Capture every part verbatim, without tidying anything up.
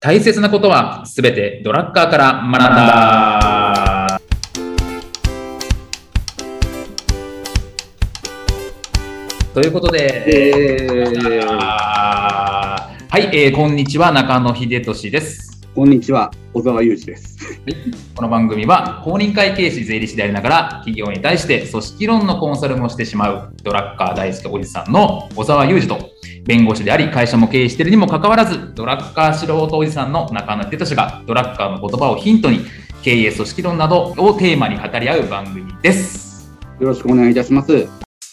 大切なことはすべてドラッカーから学んだ。ということで、えー、はい、えー、こんにちは、中野秀俊です。 こんにちは、小沢裕二です。 この番組は公認会計士税理士でありながら企業に対して組織論のコンサルもしてしまうドラッカー大好きおじさんの小沢裕二と、弁護士であり会社も経営しているにもかかわらずドラッカー素人おじさんの中野秀俊がドラッカーの言葉をヒントに経営組織論などをテーマに語り合う番組です。 よろしくお願いいたします。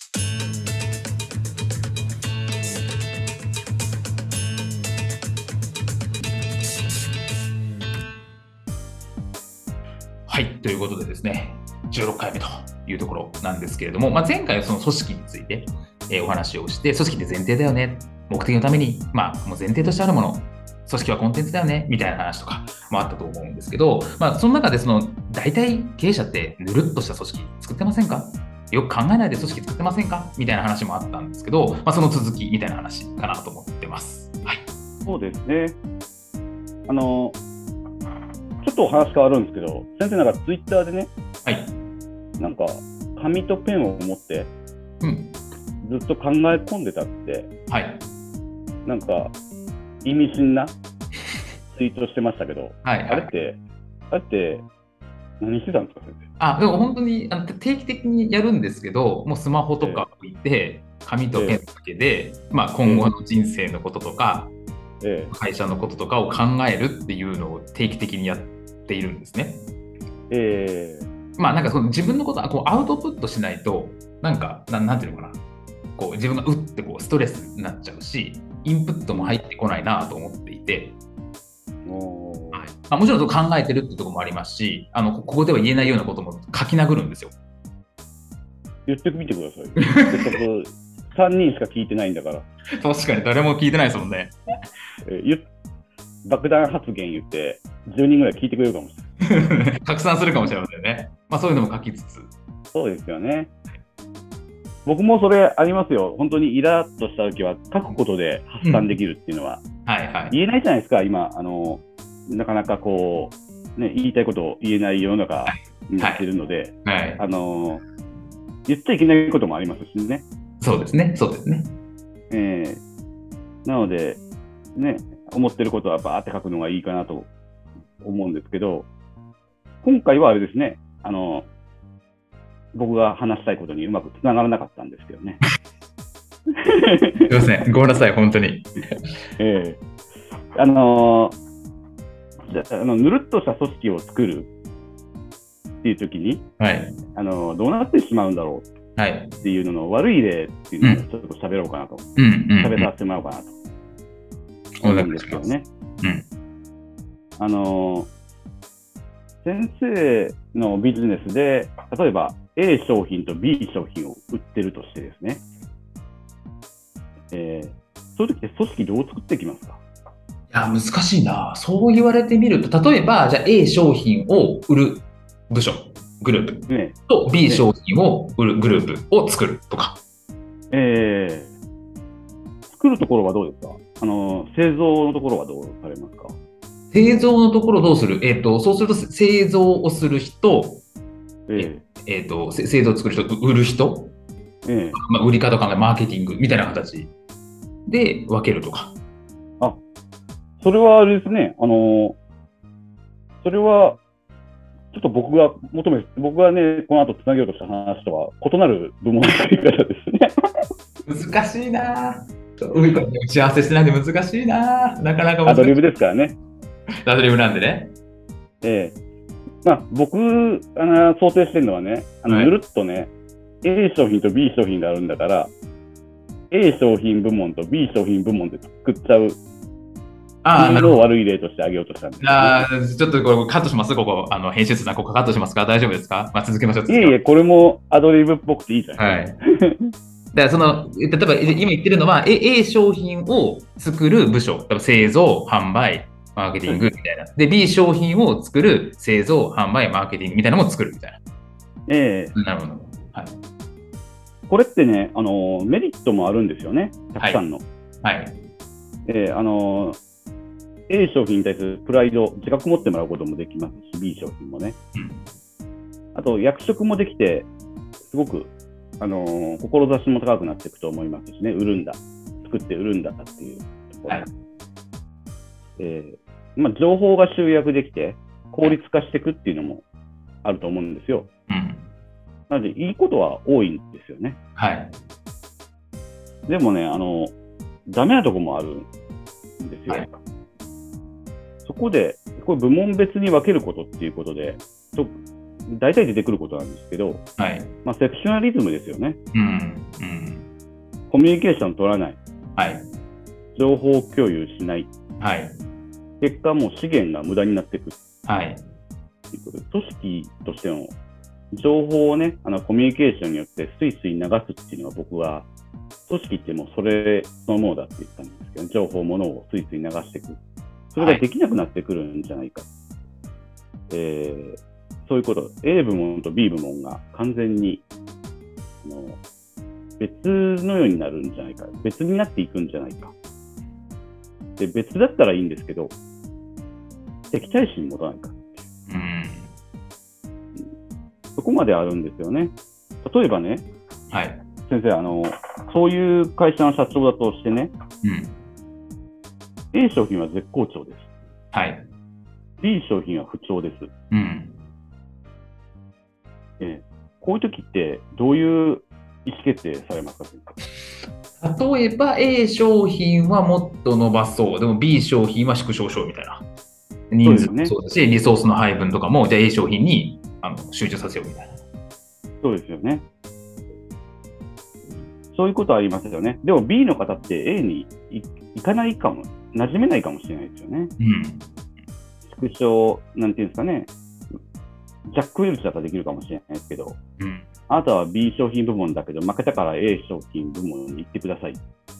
はい、ということでですね、じゅうろっかいめというところなんですけれども、まあ、前回はその組織について、えー、お話をして、組織って前提だよね、目的のために、まあ、もう前提としてあるもの、組織はコンテンツだよねみたいな話とかもあったと思うんですけど、まあ、その中でその大体経営者ってぬるっとした組織作ってませんか、よく考えないで組織作ってませんかみたいな話もあったんですけど、まあ、その続きみたいな話かなと思ってます。はい、 そうですね。あのちょっとお話変わるんですけど、先生なんかツイッターでね、 はい、 なんか紙とペンを持って、うん、ずっと考え込んでたって、 はい、 なんか意味深なツイートしてましたけど、はいはい、あれってあれって何してたんですか、先生。 あ、でも本当にあの定期的にやるんですけど、もうスマホとか置いて、えー、紙とペンだけで、えーまあ、今後の人生のこととか、えー、会社のこととかを考えるっていうのを定期的にやっているんですね。 えー、 まあなんかその自分のことはこうアウトプットしないと、なんかな、なんていうのかな、こう自分がうってこうストレスになっちゃうし、インプットも入ってこないなと思っていて、お、はい、まあ、もちろん考えてるってところもありますし、あのここでは言えないようなことも書き殴るんですよ。 言ってみてください。さんにんしか聞いてないんだから。 確かに誰も聞いてないですもんね。 えー、爆弾発言言ってじゅうにんぐらい聞いてくれるかもしれない。 拡散するかもしれませんね。まあそういうのも書きつつ。 そうですよね。僕もそれありますよ。本当にイラッとした時は書くことで発散できるっていうのは、 うん、はいはい、 言えないじゃないですか。今あのなかなかこう、ね、言いたいことを言えない世の中になっているので、はいはい、あの言っちゃいけないこともありますしね。 そうですね、そうですね。 えー、なのでね、思ってることはバーって書くのがいいかなと思うんですけど、今回はあれですね、あの僕が話したいことにうまくつながらなかったんですけどね。 すいません、ごめんなさい、本当に。 えー、あのー、あのぬるっとした組織を作るっていう時に、はい、あのー、どうなってしまうんだろうっていうのの悪い例っていうのをちょっと喋ろうかなと、うん、喋らせてもらおうかなと思うんですけどね。うん、あのー、先生のビジネスで例えば A 商品と B 商品を売ってるとしてですね、えー、そういう時って組織どう作っていきますか？ いや難しいな。そう言われてみると、例えばじゃあ A 商品を売る部署グループ、ね、と B 商品を売るグループを作るとか、 ね、えー、作るところはどうですか？あの製造のところはどうされますか？ 製造のところどうする、えー、とそうすると製造をする人、えーえー、と製造を作る人、売る人、えーまあ、売り方考えマーケティングみたいな形で分けるとか。 あ、それはあれですね、あのそれはちょっと僕が求め僕がねこの後つなげようとした話とは異なる部門の作り方ですね。 難しいな。打ち合わせしてないんで難しいな。なかなか難しい。 アドリブですからね。 アドリブなんでね。 ええー、まあ僕あの想定してるのはね、あの、はい、ぬるっとね A 商品と B 商品があるんだから A 商品部門と B 商品部門で作っちゃう。ああ、の悪い例として挙げようとしたんです、ね。 ああ、ちょっとこれカットします。ここあの編集さんここカットしますか？大丈夫ですか？まあ、続けましょう。 いえいえ、これもアドリブっぽくていいじゃないですか。はい。 だからその例えば今言ってるのは A 商品を作る部署、製造、販売、マーケティングみたいな。で B 商品を作る製造、販売、マーケティングみたいなのも作るみたいな。 ええー、 なるほど。はい。 これってね、あのメリットもあるんですよね。たくさんの。 はい。はい、 えー、あの A 商品に対するプライド、自覚持ってもらうこともできますし、B 商品もね。うん、あと、役職もできて、すごく、あのー、志も高くなっていくと思いますしね、売るんだ、作って売るんだっていうところ。はい、えーまあ、情報が集約できて、効率化していくっていうのもあると思うんですよ。うん、なので、いいことは多いんですよね。はい。でもね、あの、ダメなとこもあるんですよ。はい、そこで、これ部門別に分けることっていうことで、と大体出てくることなんですけど、はいまあ、セクショナリズムですよね。うんうん、コミュニケーション取らない。はい、情報共有しない。はい、結果、もう資源が無駄になっていく。はい、ということで組織としての情報をね、あのコミュニケーションによってスイスイ流すっていうのが僕は、組織ってもうそれそのものだって言ったんですけど、情報、ものをスイスイ流していく。それができなくなってくるんじゃないか。はいえー、そういうこと。A 部門と B 部門が完全にあの別のようになるんじゃないか。別になっていくんじゃないか。で、別だったらいいんですけど、敵対心持たないか。うん、そこまであるんですよね。例えばね、はい、先生、あの、そういう会社の社長だとしてね、うん、A 商品は絶好調です。はい。B 商品は不調です。うん。えー、こういう時ってどういう意思決定されますか？ 例えば A 商品はもっと伸ばそう。でも B 商品は縮小しようみたいな。人数もそうだし、リソースの配分とかも、じゃあ A 商品にあの集中させようみたいな。 そうですよね。そういうことありますよね。でも B の方って A に行かないかも、馴染めないかもしれないですよね。うん、縮小、なんていうんですかね、ジャック・ウェルチだったらできるかもしれないですけど、うん、あなたは B 商品部門だけど、負けたから A 商品部門に行ってください。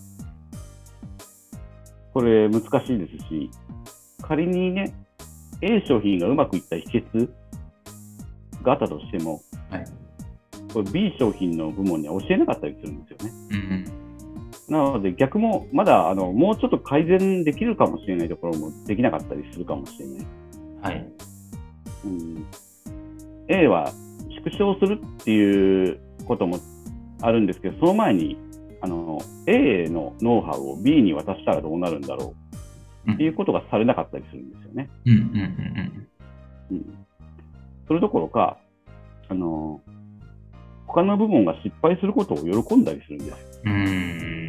これ難しいですし、仮にね、A 商品がうまくいった秘訣があったとしても、はい、これ B 商品の部門には教えなかったりするんですよね。うん、なので逆もまだあのもうちょっと改善できるかもしれないところもできなかったりするかもしれない。はいうん、A は縮小するっていうこともあるんですけど、その前にあの A のノウハウを B に渡したらどうなるんだろうっていうことがされなかったりするんですよね。うんうんうんうん、それどころかあの他の部門が失敗することを喜んだりするんです。うんうんうん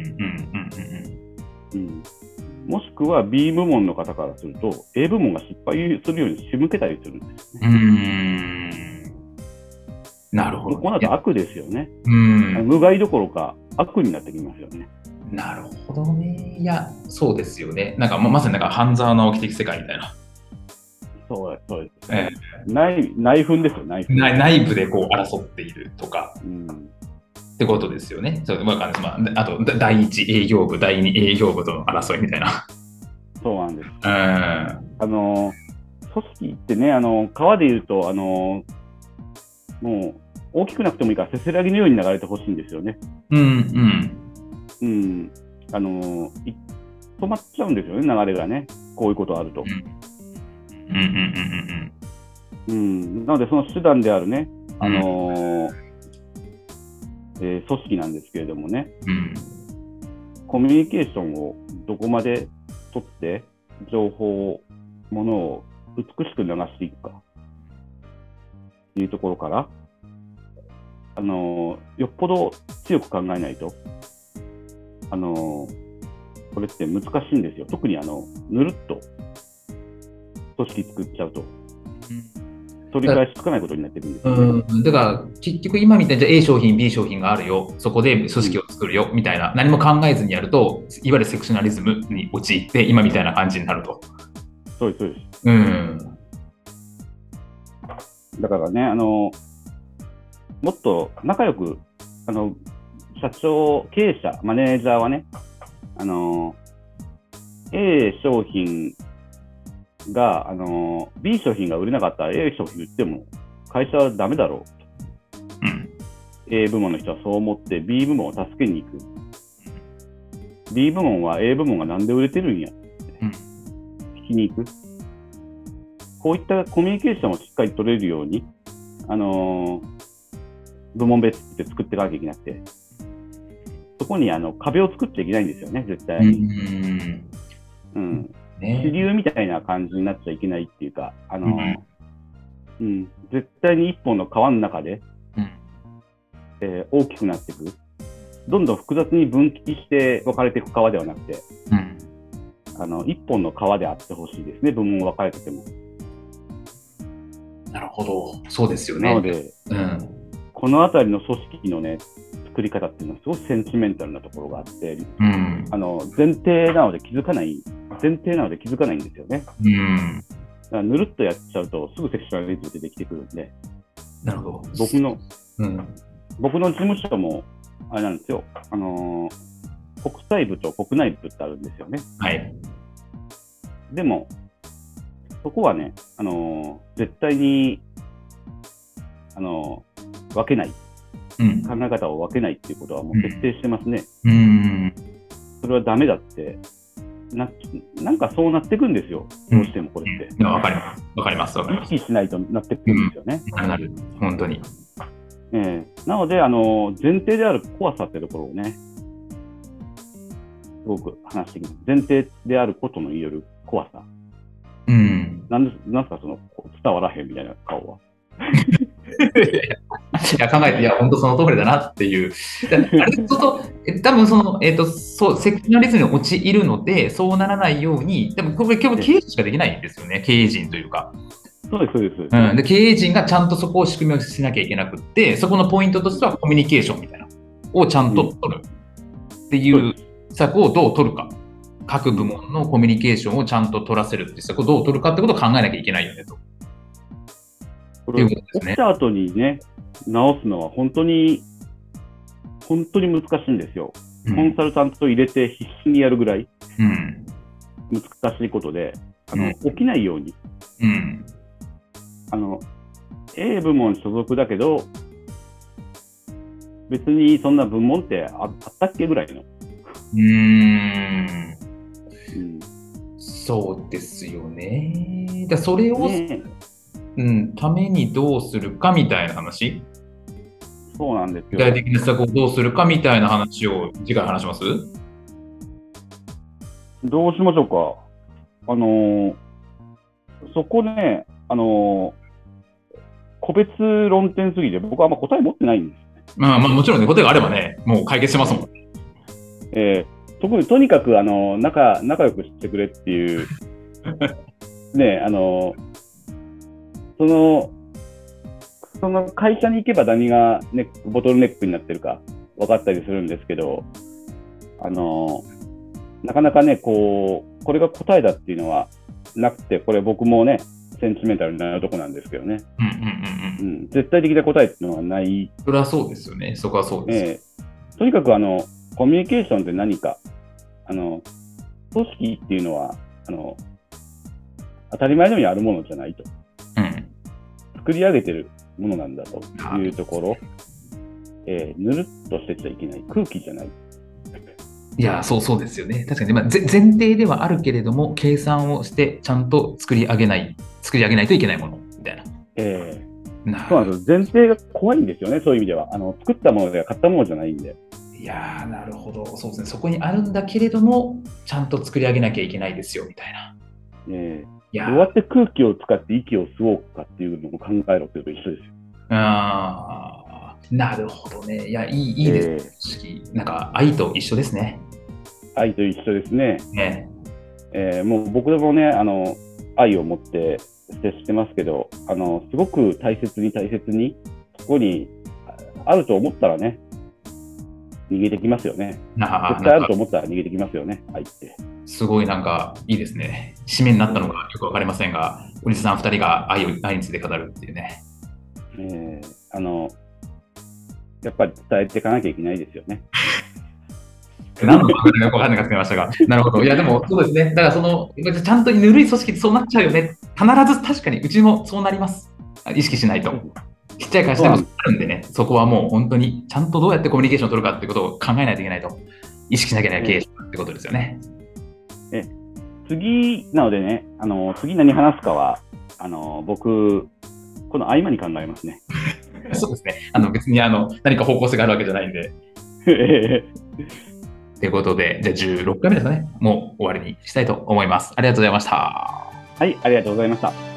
うん、もしくは B 部門の方からすると A 部門が失敗するように仕向けたりするんですよね。うんなるほど、ね。こうなると悪ですよね。うん無害どころか悪になってきますよね。 なるほどね。いや、そうですよね。なんかまさになんか半沢直樹的世界みたいな。 そうです、そうです。えー、内, 内紛ですよ、内紛。 内部でこう争っているとか、うん、ってことですよね。そうまあ、あと、第一営業部、第二営業部との争いみたいな。 そうなんです。うん、あの、組織ってね、あの川でいうと、あの、もう大きくなくてもいいから、せせらぎのように流れてほしいんですよね。うん、うん。うん。あの、止まっちゃうんですよね、流れがね。こういうことあると。うんうんうんうんうん、なので、その手段であるね、あのーえー、組織なんですけれどもね、うん、コミュニケーションをどこまで取って、情報、ものを美しく流していくかというところから、あのー、よっぽど強く考えないと、あのー、これって難しいんですよ。特にあのぬるっと組織作っちゃうと、取り返しつかないことになってるんですよね。 うん、だから結局今みたいに A 商品 B 商品があるよ、そこで組織を作るよ、うん、みたいな何も考えずにやるといわゆるセクショナリズムに陥って今みたいな感じになると。 そうですそうです、うん、だからねあのもっと仲良くあの社長経営者マネージャーはねあの A 商品が、あのー、B 商品が売れなかったら A 商品売っても会社はダメだろう、うん、A 部門の人はそう思って B 部門を助けに行く、うん、B 部門は A 部門がなんで売れてるんやって、うん、引きに行く。こういったコミュニケーションをしっかり取れるように、あのー、部門別って作っていかなきゃいけなくて、そこにあの壁を作っちゃいけないんですよね、絶対に。うんうんね、主流みたいな感じになっちゃいけないっていうか、あのーうんうん、絶対に一本の川の中で、うんえー、大きくなっていく。どんどん複雑に分岐して分かれていく川ではなくて、うん、あの一本の川であってほしいですね、部門分かれてても。 なるほど、そうですよね。 なので、うん、このあたりの組織のね、作り方っていうのはすごくセンチメンタルなところがあって、うん、あの前提なので気づかない、前提なので気づかないんですよね。うん、だからぬるっとやっちゃうとすぐセクシュアリズム出てきてくるんで、 なるほど。 僕の、うん、僕の事務所もあれなんですよ、あのー、国際部と国内部ってあるんですよね。はい。でも、そこはね、あのー、絶対に、あのー、分けない、うん、考え方を分けないっていうことはもう徹底してますね。うん、それはダメだってな、なんかそうなっていくんですよ、どうしてもこれって。 うん、わかります。わかります。わかります。 意識しないとなってくるんですよね。 うん、なる、本当に。 えー、なので、あの前提である怖さってところをね、すごく話してきます。前提であることの言える怖さ。うん。なんで、なんすか、その、伝わらへんみたいな顔は。 いや、考えて、いや、本当その通りだなっていう。あれちょっと、多分その、えっ、ー、と、そう、セクシュアリズムに陥るので、そうならないように、でもこれ、結構経営陣しかできないんですよね、経営陣というか。 そうです、そうです。 うん、で経営陣がちゃんとそこを仕組みをしなきゃいけなくって、そこのポイントとしてはコミュニケーションみたいなをちゃんと取るっていう策をどう取るか、各部門のコミュニケーションをちゃんと取らせるっていう策をどう取るかってことを考えなきゃいけないよねと。 これ、起きた後にね、直すのは本当に、本当に難しいんですよ。うん、コンサルタント入れて必死にやるぐらい難しいことで、あの、うん、起きないように。うんあの A 部門所属だけど別にそんな部門ってあったっけぐらいの。うーん、 うん、そうですよね。だそれを、ねうん、ためにどうするかみたいな話。 そうなんですよ。 具体的な施策をどうするかみたいな話を次回話します。 どうしましょうか。あのー、そこね、あのー個別論点すぎて僕はあんま答え持ってないんです。 まあまあもちろんね、答えがあればね、もう解決しますもん。 えー、特にとにかくあの 仲, 仲良くしてくれっていうね、あのそのその会社に行けば何がネックボトルネックになってるか分かったりするんですけど、あのなかなかねこうこれが答えだっていうのはなくて、これ僕もねセンチメンタルになるとこなんですけどね、うんうんうんうん、絶対的な答えっていうのはない。 それはそうですよね。そこはそうです、 えー、とにかくあのコミュニケーションって何か、あの組織っていうのはあの当たり前のようにあるものじゃないと、うん、作り上げてるものなんだというところ、えー、ぬるっとしてちゃいけない、空気じゃない。 いや、そうそうですよね。確かに、まあ、前提ではあるけれども、計算をしてちゃんと作り上げない、作り上げないといけないものみたいな。 えー、なそうなんですよ。前提が怖いんですよね、そういう意味では。あの作ったものでは買ったものじゃないんで。 いやー、なるほど。そうですね。そこにあるんだけれども、ちゃんと作り上げなきゃいけないですよみたいな。 えー、いやどうやって空気を使って息を吸おうかっていうのを考えろっていうと一緒ですよ。 あー、なるほどね。いや、いい、いいですね。えー、なんか愛と一緒ですね。 愛と一緒ですね。ねえー、もう僕でもね、あの愛を持って接してますけど、あのすごく大切に大切にそこにあると思ったらね、逃げてきますよね。絶対あると思ったら逃げてきますよね、愛って。 すごいなんかいいですね。締めになったのかよくわかりませんが、おじさんふたりが愛を愛について語るっていうね。 えー、あのやっぱり伝えていかなきゃいけないですよね。 何のかよくわかんなくなってましたが、なるほど。いや、でもそうですね。だからその、ちゃんとぬるい組織ってそうなっちゃうよね。必ず確かにうちもそうなります。意識しないと。ちっちゃい会社でもあるんでね、そこはもう本当にちゃんとどうやってコミュニケーションを取るかってことを考えないといけないと。意識しなきゃいけない経営者ってことですよね。 え次なのでね、あの次何話すかは、あの僕、この合間に考えますね。 そうですね。あの別にあの何か方向性があるわけじゃないんで。ということで、じゃあじゅうろっかいめですかね。もう終わりにしたいと思います。ありがとうございました。 はい、ありがとうございました。